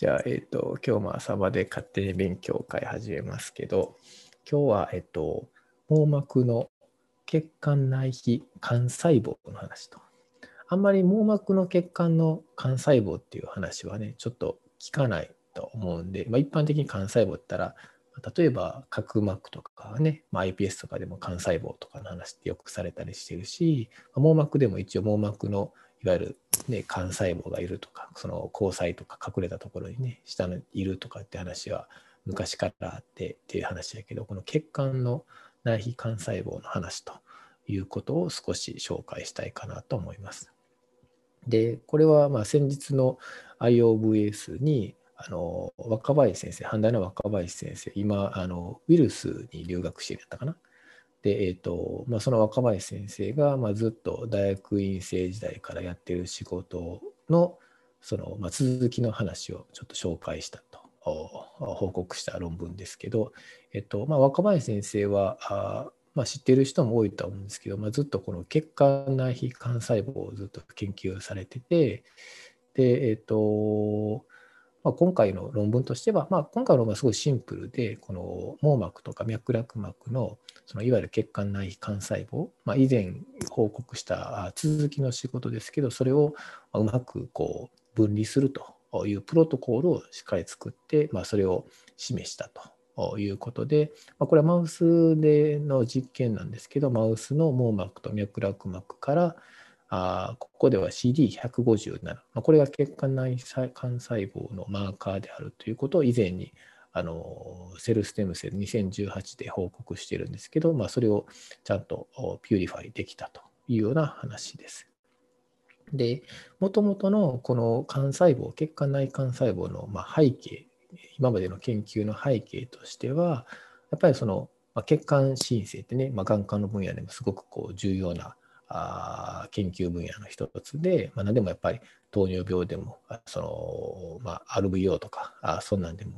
じゃあ、今日も朝まで勝手に勉強会始めますけど、今日は、網膜の血管内皮幹細胞の話と。あんまり網膜の血管の幹細胞っていう話はね、ちょっと聞かないと思うんで、一般的に幹細胞って言ったら、例えば角膜とかね、iPS とかでも幹細胞とかの話ってよくされたりしてるし、網膜でも一応網膜のいわゆる、ね、幹細胞がいるとか、その虹彩とか隠れたところにね、下にいるとかって話は昔からあってっていう話だけど、この血管の内皮幹細胞の話ということを少し紹介したいかなと思います。で、これは先日の IOVS に若林先生、阪大の若林先生、今、ウィルスに留学しているんだったかな。で、その若林先生が、ずっと大学院生時代からやっている仕事の、続きの話をちょっと紹介したと、報告した論文ですけど、若林先生は、知っている人も多いと思うんですけど、ずっとこの血管内皮幹細胞をずっと研究されてて、で、今回の論文としては、今回の論文はすごいシンプルで、この網膜とか脈絡膜の、いわゆる血管内皮幹細胞、以前報告した続きの仕事ですけど、それをうまくこう分離するというプロトコルをしっかり作って、それを示したということで、これはマウスでの実験なんですけど、マウスの網膜と脈絡膜から、ここでは CD157、これが血管内幹細胞のマーカーであるということを以前にセルステムセル2018で報告しているんですけど、それをちゃんとピューリファイできたというような話です。で、もともとのこの幹細胞、血管内幹細胞の背景、今までの研究の背景としては、やっぱり血管新生ってね、眼科の分野でもすごく重要な研究分野の一つで、何でもやっぱり糖尿病でも、RVO とか、そんなんでも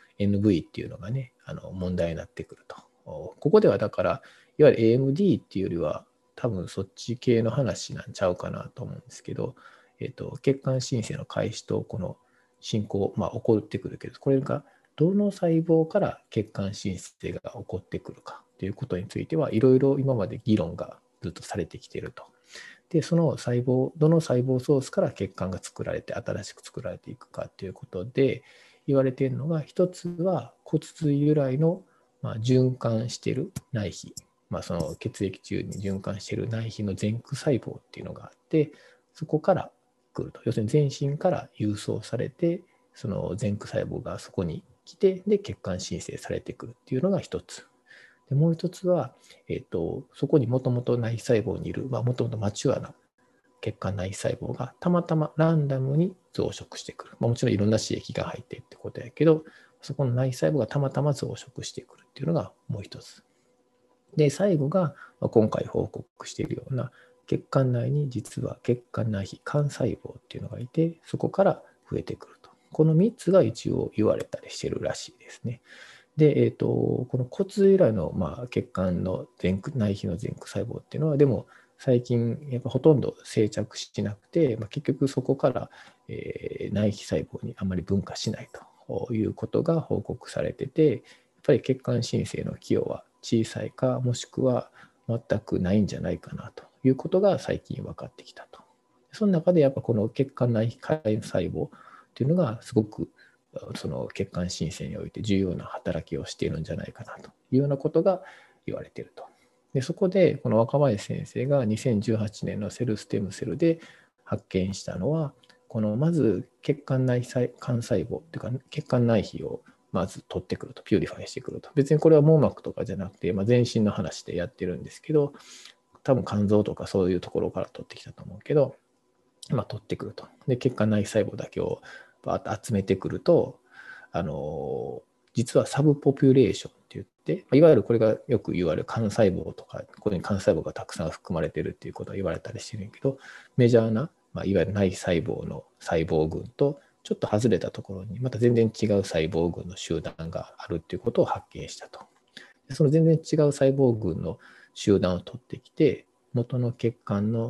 NV っていうのがね、問題になってくると。ここではだから、いわゆる AMD っていうよりは、多分そっち系の話なんちゃうかなと思うんですけど、血管新生の開始とこの進行、起こってくるけど、これがどの細胞から血管新生が起こってくるかということについては、いろいろ今まで議論がずっとされてきていると。で、その細胞、どの細胞ソースから血管が作られて、新しく作られていくかということで、言われているのが、一つは骨髄由来の循環している内皮、その血液中に循環している内皮の前駆細胞っていうのがあって、そこから来ると。要するに全身から郵送されて、その前駆細胞がそこに来て、で、血管新生されてくるっていうのが一つ。でもう一つは、そこにもともと内皮細胞にいる、もともとマチュアな血管内皮細胞がたまたまランダムに増殖してくる。もちろんいろんな刺激が入ってってことやけど、そこの内皮細胞がたまたま増殖してくるっていうのがもう一つ。で、最後が今回報告しているような血管内に実は血管内皮幹細胞っていうのがいて、そこから増えてくると。この3つが一応言われたりしてるらしいですね。で、この骨髄由来の血管の内皮の前駆細胞っていうのは、でも最近やっぱほとんど生着しなくて、結局そこから、内皮細胞にあまり分化しないということが報告されてて、やっぱり血管新生の寄与は小さいか、もしくは全くないんじゃないかなということが最近分かってきたと。その中でやっぱこの血管内皮幹細胞っていうのがすごくその血管新生において重要な働きをしているんじゃないかなというようなことが言われていると。でそこでこの若林先生が2018年のセルステムセルで発見したのは、このまず血管内幹細胞っていうか血管内皮をまず取ってくると、ピューリファイしてくると。別にこれは網膜とかじゃなくて、全身の話でやってるんですけど、多分肝臓とかそういうところから取ってきたと思うけど、取ってくると。で、血管内細胞だけをバーッと集めてくると、実はサブポピュレーションって言って、いわゆるこれがよく言われる幹細胞とか、ここに幹細胞がたくさん含まれているっていうことは言われたりしてるんやけど、メジャーな、いわゆる内細胞の細胞群と、ちょっと外れたところに、また全然違う細胞群の集団があるっていうことを発見したと。その全然違う細胞群の集団を取ってきて、元の血管の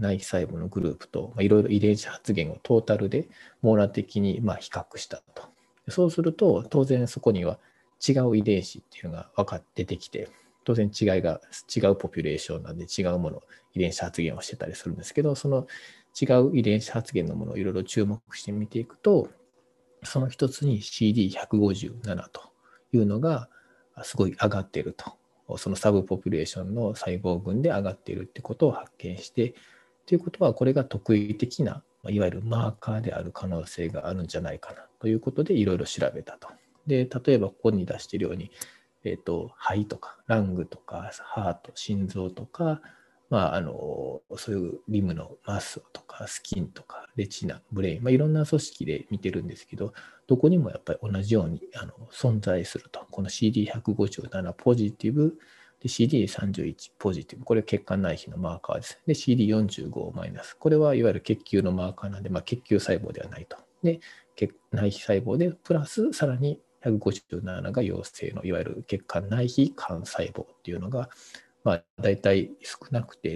内皮細胞のグループといろいろ遺伝子発現をトータルで網羅的に比較したと。そうすると当然そこには違う遺伝子っていうのが出てきて、当然違うポピュレーションなんで違うもの遺伝子発現をしてたりするんですけど、その違う遺伝子発現のものをいろいろ注目してみていくと、その一つに CD157 というのがすごい上がっていると。そのサブポピュレーションの細胞群で上がっているってことを発見して、ということはこれが特異的ないわゆるマーカーである可能性があるんじゃないかなということでいろいろ調べたと。で、例えばここに出しているように、肺とかラングとかハート、心臓とか、そういうリムのマッスルとかスキンとかレチナ、ブレイン、いろんな組織で見てるんですけど、どこにもやっぱり同じように存在すると。この CD157 ポジティブ、で CD31 ポジティブ、これ血管内皮のマーカーです。で CD45 マイナス、これはいわゆる血球のマーカーなんで、血球細胞ではないと。で、内皮細胞でプラスさらに157が陽性のいわゆる血管内皮幹細胞っていうのが、だいたい少なくて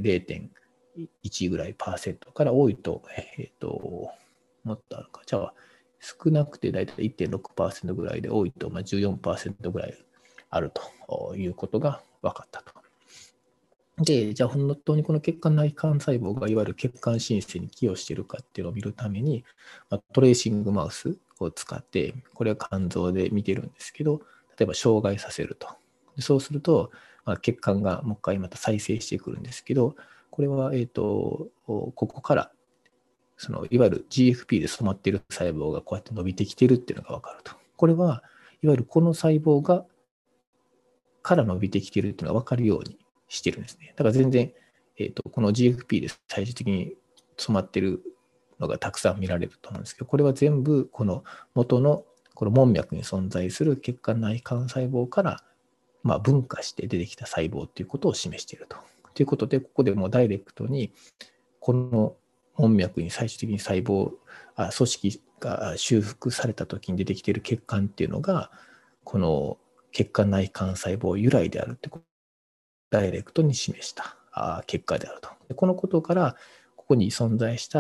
0.1 ぐらいパーセントから多いと、もっとあるか。じゃあ、少なくてだいたい 1.6% ぐらいで多いと、14% ぐらいあるということが分かったと。で、じゃあ本当にこの血管内幹細胞がいわゆる血管新生に寄与しているかっていうのを見るために、トレーシングマウスを使って、これは肝臓で見てるんですけど、例えば障害させると。そうすると、血管がもう一回また再生してくるんですけど、これは、ここからいわゆる GFP で染まっている細胞がこうやって伸びてきているっていうのが分かると。これはいわゆるこの細胞から伸びてきているっていうのが分かるようにしてるんですね。だから全然、この GFP で最終的に染まっているのがたくさん見られると思うんですけど、これは全部この元のこの門脈に存在する血管内幹細胞から分化して出てきた細胞ということを示していると。ということで、ここでもうダイレクトにこの門脈に最終的に組織が修復された時に出てきている血管っていうのが、この血管内幹細胞由来であるってことをダイレクトに示した結果であると。このことから、ここに存在した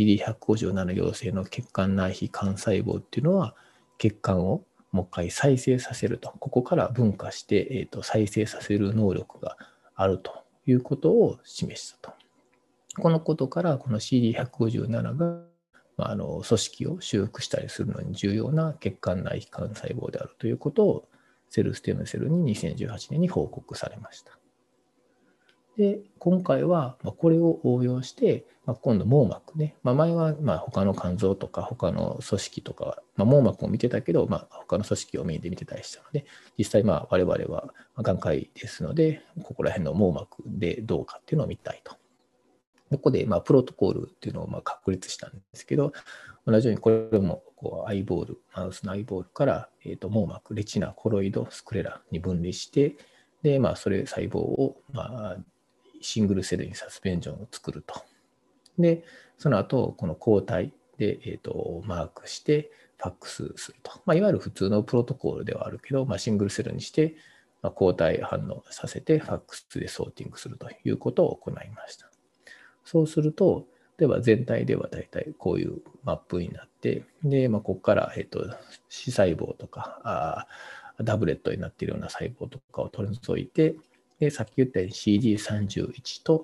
CD157 陽性の血管内皮幹細胞っていうのは、血管をもう一回再生させると。ここから分化して、再生させる能力があるということを示したと。このことから、この CD157 が、組織を修復したりするのに重要な血管内皮幹細胞であるということを、セルステムセルに2018年に報告されました。で、今回はこれを応用して、今度網膜ね、前は他の肝臓とか他の組織とか、網膜も見てたけど、他の組織をメインで見てたりしたので、実際我々は眼科医ですので、ここら辺の網膜でどうかっていうのを見たいと。ここでプロトコールっていうのを確立したんですけど、同じようにこれもアイボール、マウスのアイボールから、網膜、レチナ、コロイド、スクレラに分離して、で、それ細胞を、シングルセルにサスペンジョンを作ると。で、その後、この抗体で、マークして、ファックスすると。いわゆる普通のプロトコールではあるけど、シングルセルにして、抗体反応させて、ファックスでソーティングするということを行いました。そうすると、例えば全体ではだいたいこういうマップになって、で、ここから、視細胞とかダブレットになっているような細胞とかを取り除いて、で、さっき言ったように CD31 と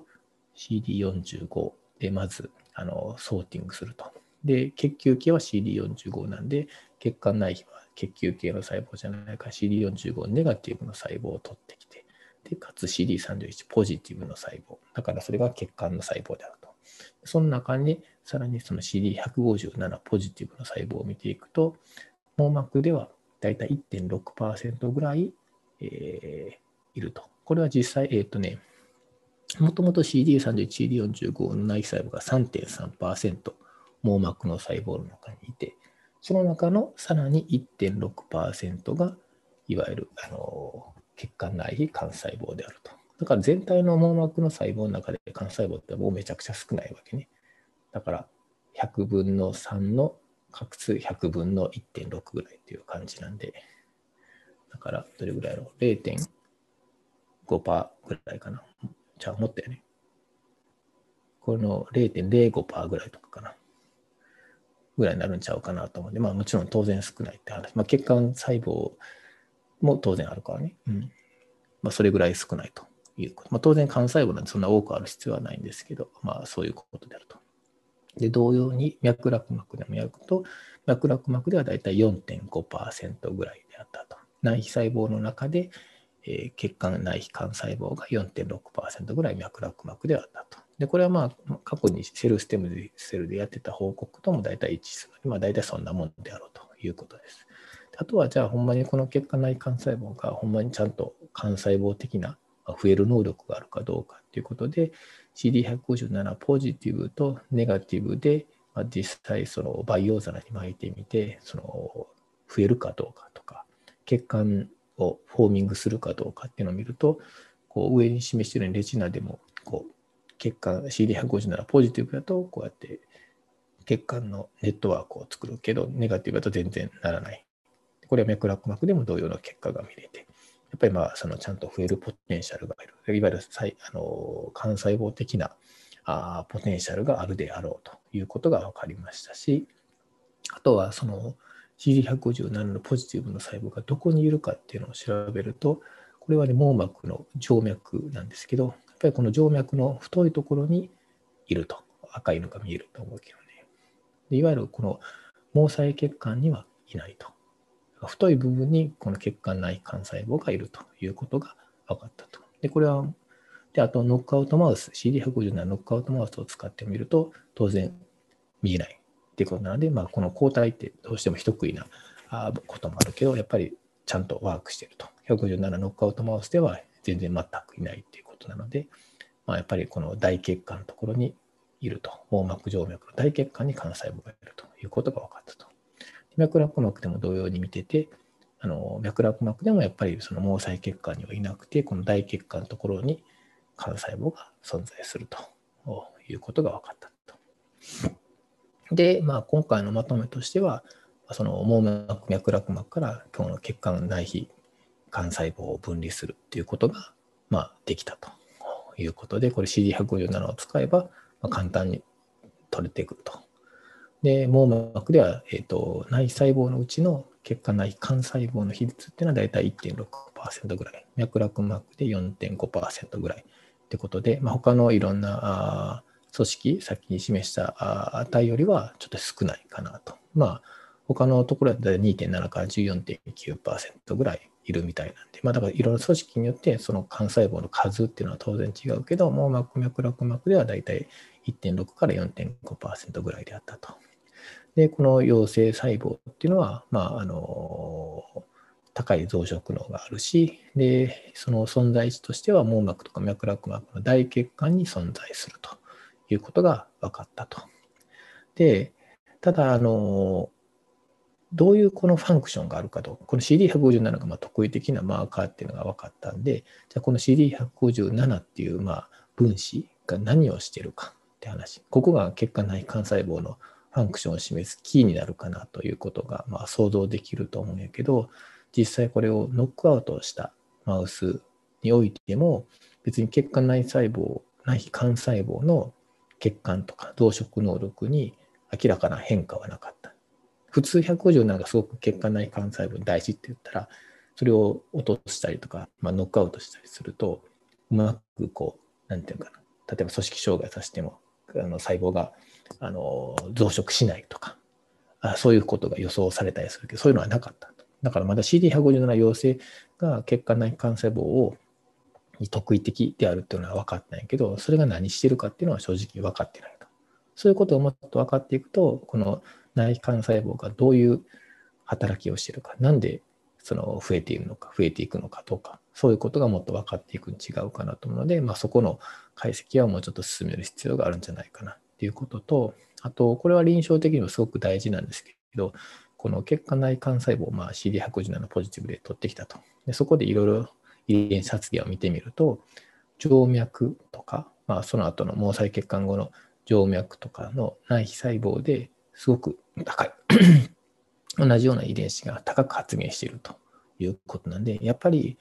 CD45 でまずソーティングすると。で、血球系は CD45 なんで、血管内皮は血球系の細胞じゃないから CD45 ネガティブの細胞を取ってきて、で、かつ CD31 ポジティブの細胞。だからそれが血管の細胞であると。その中に、さらにその CD157 ポジティブの細胞を見ていくと、網膜ではだいたい 1.6% ぐらい、いると。これは実際、もともと CD31、CD45 の内皮細胞が 3.3% 網膜の細胞の中にいて、その中のさらに 1.6% が、いわゆる血管内皮幹細胞であると。だから全体の網膜の細胞の中で幹細胞ってもうめちゃくちゃ少ないわけね。だから100分の3のかつ100分の 1.6 ぐらいっていう感じなんで、だからどれぐらいやろう ?0.5% ぐらいかな。じゃあもっとやね。 この 0.05% ぐらいとかかな。ぐらいになるんちゃうかなと思うんで、もちろん当然少ないって話。血管細胞も当然あるからね。それぐらい少ないということ。当然、幹細胞なんてそんな多くある必要はないんですけど、そういうことであると。で、同様に脈絡膜でもやると、脈絡膜ではだいたい 4.5% ぐらいであったと。内皮細胞の中で、血管内皮幹細胞が 4.6% ぐらい脈絡膜であったと。で、これは過去にセルステムセルでやってた報告とも大体一致するので、大体そんなもんであろうということです。あとは、じゃあほんまにこの血管内幹細胞がほんまにちゃんと幹細胞的な増える能力があるかどうかということで、CD157 ポジティブとネガティブで、実際その培養皿に巻いてみて、その増えるかどうかとか、血管をフォーミングするかどうかっていうのを見ると、こう上に示しているようにレチナでもこう血管 CD157 ポジティブだとこうやって血管のネットワークを作るけど、ネガティブだと全然ならない。これは脈絡膜でも同様の結果が見れて、やっぱりそのちゃんと増えるポテンシャルがいる。いわゆる幹細胞的なポテンシャルがあるであろうということが分かりましたし、あとはその CD157 のポジティブの細胞がどこにいるかっていうのを調べると、これはね、網膜の静脈なんですけど、やっぱりこの静脈の太いところにいると、赤いのが見えると思うけどね。でいわゆるこの毛細血管にはいないと。太い部分にこの血管内幹細胞がいるということが分かったと。で、これは、あとノックアウトマウス、CD157 ノックアウトマウスを使ってみると、当然見えないっていうことなので、この抗体ってどうしても不得意なこともあるけど、やっぱりちゃんとワークしていると。157ノックアウトマウスでは全然全くいないっていうことなので、やっぱりこの大血管のところにいると。網膜静脈の大血管に幹細胞がいるということが分かったと。脈絡膜でも同様に見てて、脈絡膜でもやっぱりその毛細血管にはいなくて、この大血管のところに幹細胞が存在するということが分かったと。で、今回のまとめとしては、その網膜、脈絡膜から今日の血管内皮幹細胞を分離するっていうことが、できたということで、これ CD157 を使えば、簡単に取れてくると。で、網膜では、内細胞のうちの血管内幹細胞の比率っていうのはだいたい 1.6% ぐらい、脈絡膜で 4.5% ぐらいってことで、他のいろんな組織、さっき示した値よりはちょっと少ないかなと。他のところだと 2.7 から 14.9% ぐらいいるみたいなんで、だからいろんな組織によってその幹細胞の数っていうのは当然違うけど、網膜、脈絡膜ではだいたい 1.6 から 4.5% ぐらいであったと。で、この陽性細胞っていうのは、高い増殖能があるし、で、その存在値としては網膜とか脈絡膜の大血管に存在するということが分かったと。で、ただ、どういうこのファンクションがあるかと、この CD157 が特異的なマーカーっていうのが分かったんで、じゃあこの CD157 っていう分子が何をしているかって話。ここが血管内幹細胞のファンクションを示すキーになるかなということが想像できると思うんやけど、実際これをノックアウトしたマウスにおいても、別に血管内細胞、内幹細胞の血管とか増殖能力に明らかな変化はなかった。普通157がすごく血管内幹細胞に大事って言ったら、それを落としたりとか、ノックアウトしたりすると、うまくなんていうかな、例えば組織障害させても、細胞が増殖しないとか、そういうことが予想されたりするけど、そういうのはなかった。だからまだ CD157 陽性が血管内幹細胞に特異的であるっていうのは分かったんやけど、それが何してるかっていうのは正直分かってないと。そういうことをもっと分かっていくと、この内幹細胞がどういう働きをしているか、なんでその増えているのか、増えていくのかとか、そういうことがもっと分かっていくに違うかなと思うので、そこの解析はもうちょっと進める必要があるんじゃないかなっていうことと、あと、これは臨床的にもすごく大事なんですけど、この血管内幹細胞をCD157 ポジティブで取ってきたと。でそこでいろいろ遺伝子発現を見てみると、静脈とか、その後の毛細血管後の静脈とかの内皮細胞ですごく高い同じような遺伝子が高く発現しているということなんで、やっぱり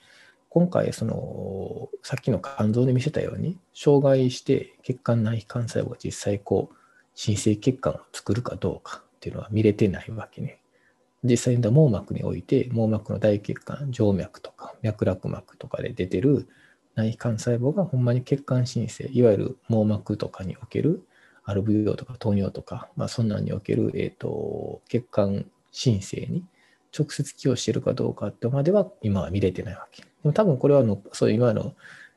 今回さっきの肝臓で見せたように障害して血管内皮幹細胞が実際新生血管を作るかどうかっていうのは見れてないわけね。実際に網膜において網膜の大血管、静脈とか脈絡膜とかで出てる内皮幹細胞がほんまに血管新生、いわゆる網膜とかにおけるアルブヨとか糖尿とか、そんなにおける、血管新生に直接寄与しているかどうかってまでは今は見れてないわけ。でも多分これはそういう今の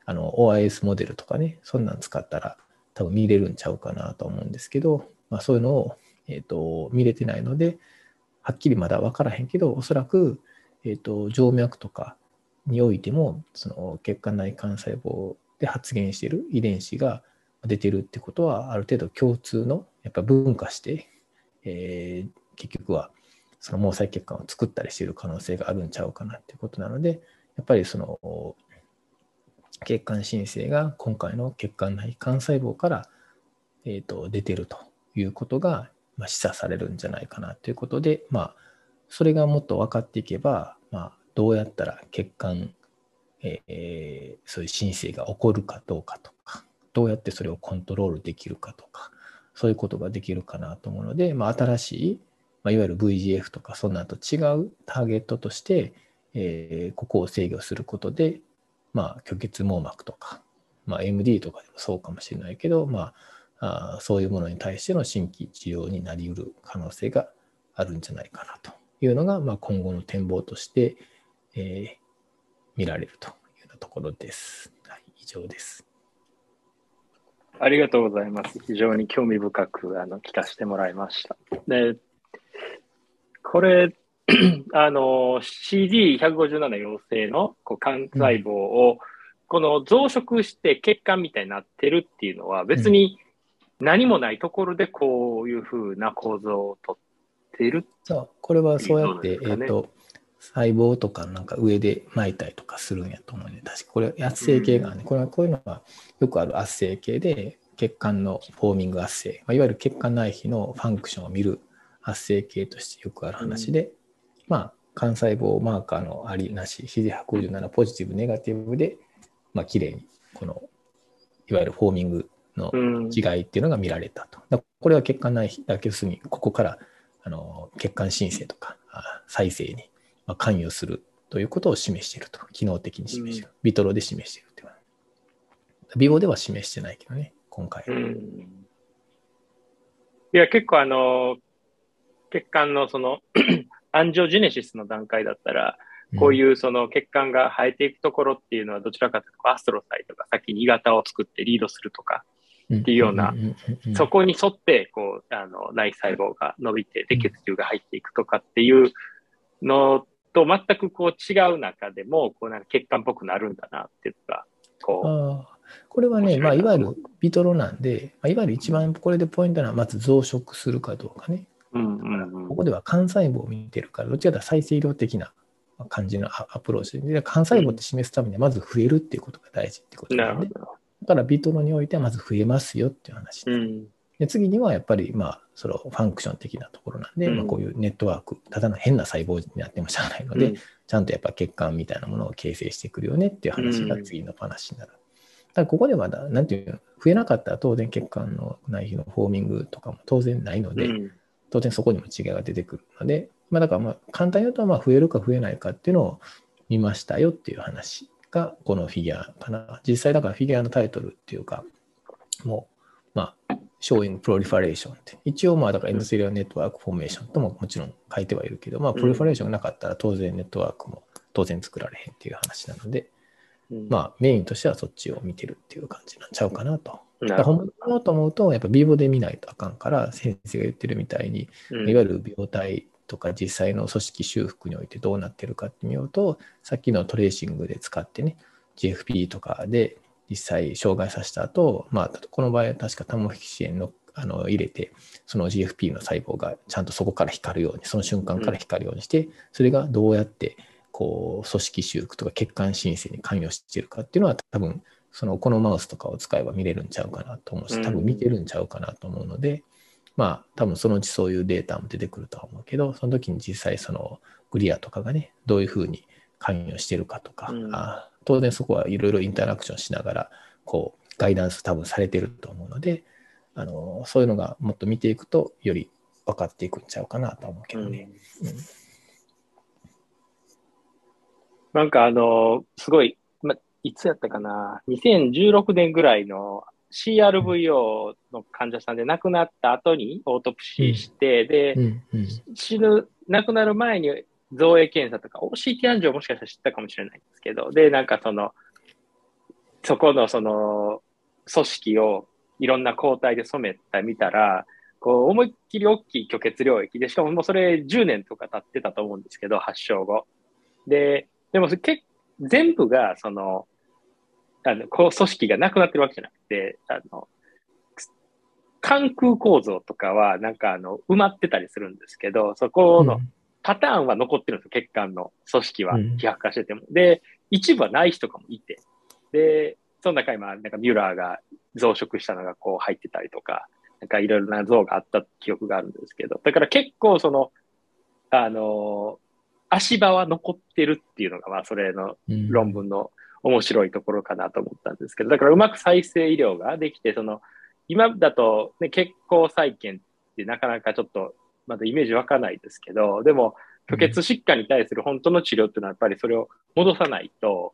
OIS モデルとかね、そんなん使ったら多分見れるんちゃうかなと思うんですけど、そういうのを、見れてないので、はっきりまだ分からへんけど、おそらく、静脈とかにおいても、その血管内幹細胞で発現している遺伝子が出てるってことは、ある程度共通の、やっぱ分化して、結局はその毛細血管を作ったりしている可能性があるんちゃうかなっていうことなので、やっぱりその血管新生が今回の血管内幹細胞から、出てるということが、示唆されるんじゃないかなということで、それがもっと分かっていけば、どうやったら血管、そういう新生が起こるかどうかとか、どうやってそれをコントロールできるかとか、そういうことができるかなと思うので、新しい、いわゆる VGF とかそんなと違うターゲットとして、ここを制御することで、虚血網膜とか、MD とかでもそうかもしれないけど、そういうものに対しての新規治療になり得る可能性があるんじゃないかなというのが、今後の展望として、見られるというようなところです。はい、以上です。 ありがとうございます。非常に興味深く聞かせてもらいました。で、これ、CD157 陽性の幹細胞を、この増殖して血管みたいになってるっていうのは、別に何もないところでこういうふうな構造をとってる。 そう、これはそうやって、細胞とかなんか上で巻いたりとかするんやと思うね。確かこれ圧生系がね、こういうのはよくある圧生系で、血管のフォーミング圧生、いわゆる血管内皮のファンクションを見る圧生系としてよくある話で、幹細胞マーカーのありなし、CD157 ポジティブ、ネガティブで、きれいにこのいわゆるフォーミングの違いっていうのが見られたと。これは血管内皮だけ要するにここから血管新生とか再生に関与するということを示していると。機能的に示している。ビトロで示しているという。ビボでは示してないけどね、今回。 いや、結構血管のそのアンジオジネシスの段階だったら、こういうその血管が生えていくところっていうのはどちらかというとアストロサイトが先に鋳型を作ってリードするとかっていうような、そこに沿ってこう内細胞が伸びてで血流が入っていくとかっていうのと全くこう違う中でもこうなんか血管っぽくなるんだなっていうのがこれはね、いわゆるビトロなんで、いわゆる一番これでポイントなのはまず増殖するかどうかね。ここでは幹細胞を見てるから、どちらかというと再生医療的な感じのアプローチで、幹細胞って示すためにはまず増えるっていうことが大事ってことなんで、だからビトロにおいてはまず増えますよっていう話で、次にはやっぱりそのファンクション的なところなんで、こういうネットワーク、ただの変な細胞になってもしゃあないので、ちゃんとやっぱ血管みたいなものを形成してくるよねっていう話が次の話になる。ただここでまだ、なんていうの、増えなかったら当然血管の内皮のフォーミングとかも当然ないので、当然そこにも違いが出てくるので、だから簡単に言うと増えるか増えないかっていうのを見ましたよっていう話がこのフィギュアかな。実際だからフィギュアのタイトルっていうか、もう、showing proliferation って。一応だからエンドセリアネットワークフォーメーションとももちろん書いてはいるけど、プロリファレーションがなかったら当然ネットワークも当然作られへんっていう話なので、メインとしてはそっちを見てるっていう感じなんちゃうかなと。本物だと思うと、やっぱビボで見ないとあかんから、先生が言ってるみたいに、いわゆる病態とか実際の組織修復においてどうなってるかって見ようと、さっきのトレーシングで使ってね、GFP とかで実際障害させた後、この場合は確かタモフィシエンの入れて、その GFP の細胞がちゃんとそこから光るように、その瞬間から光るようにして、それがどうやってこう組織修復とか血管新生に関与しているかっていうのは多分このマウスとかを使えば見れるんちゃうかなと思うし、多分見てるんちゃうかなと思うので、多分そのうちそういうデータも出てくるとは思うけど、その時に実際そのグリアとかがね、どういうふうに関与してるかとか、 当然そこはいろいろインタラクションしながら、こう、ガイダンス多分されてると思うので、そういうのがもっと見ていくと、より分かっていくんちゃうかなと思うけどね。 なんかすごい、いつやったかな、2016年ぐらいの CRVO の患者さんで亡くなった後にオートプシーして、で、亡くなる前に造影検査とか、OCT 安城もしかしたら知ったかもしれないんですけど、で、なんかそこの組織をいろんな抗体で染めた見たら、こう思いっきり大きい虚血領域で、しかももうそれ10年とか経ってたと思うんですけど、発症後。でも全部がこう組織がなくなってるわけじゃなくて、関空構造とかはなんか埋まってたりするんですけど、そこのパターンは残ってるんですよ、血管の組織は希薄化してても。で、一部はない人とかもいて、で、その中になんかミュラーが増殖したのがこう入ってたりとか、なんかいろいろな像があった記憶があるんですけど、だから結構足場は残ってるっていうのが、それの論文の面白いところかなと思ったんですけど、だからうまく再生医療ができて、今だと、ね、血行再建ってなかなかちょっとまだイメージ湧かないですけど、でも虚血疾患に対する本当の治療っていうのはやっぱりそれを戻さないと、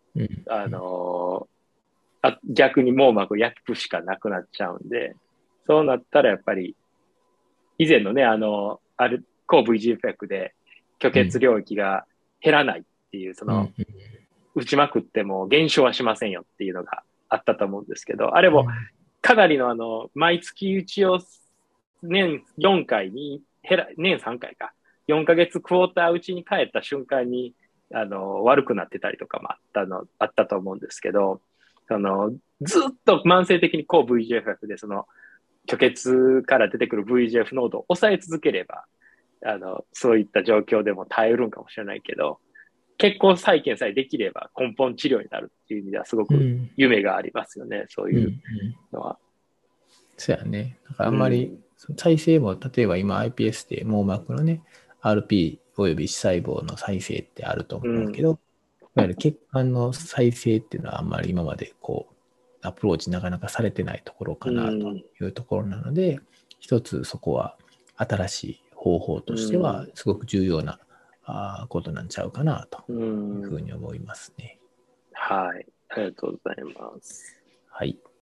逆に網膜焼くしかなくなっちゃうんで、そうなったらやっぱり以前のね、抗 VGFF で虚血領域が減らないっていう、打ちまくっても減少はしませんよっていうのがあったと思うんですけど、あれもかなりの毎月打ちを年4回に年3回か。4ヶ月クォーター打ちに帰った瞬間に、悪くなってたりとかもあったと思うんですけど、ずっと慢性的に抗 VGFF で虚血から出てくる VGF 濃度を抑え続ければ、そういった状況でも耐えうるんかもしれないけど、血行再建さえできれば根本治療になるっていう意味ではすごく夢がありますよね、そういうのは。 そうやね。だからあんまり再生も、例えば今 iPS で網膜のね、RP および視細胞の再生ってあると思うけど、いわゆる血管の再生っていうのはあんまり今までこう、アプローチなかなかされてないところかなというところなので、一つそこは新しい方法としてはすごく重要なことなんちゃうかなというふうに思いますね。 はい。ありがとうございます。 はい。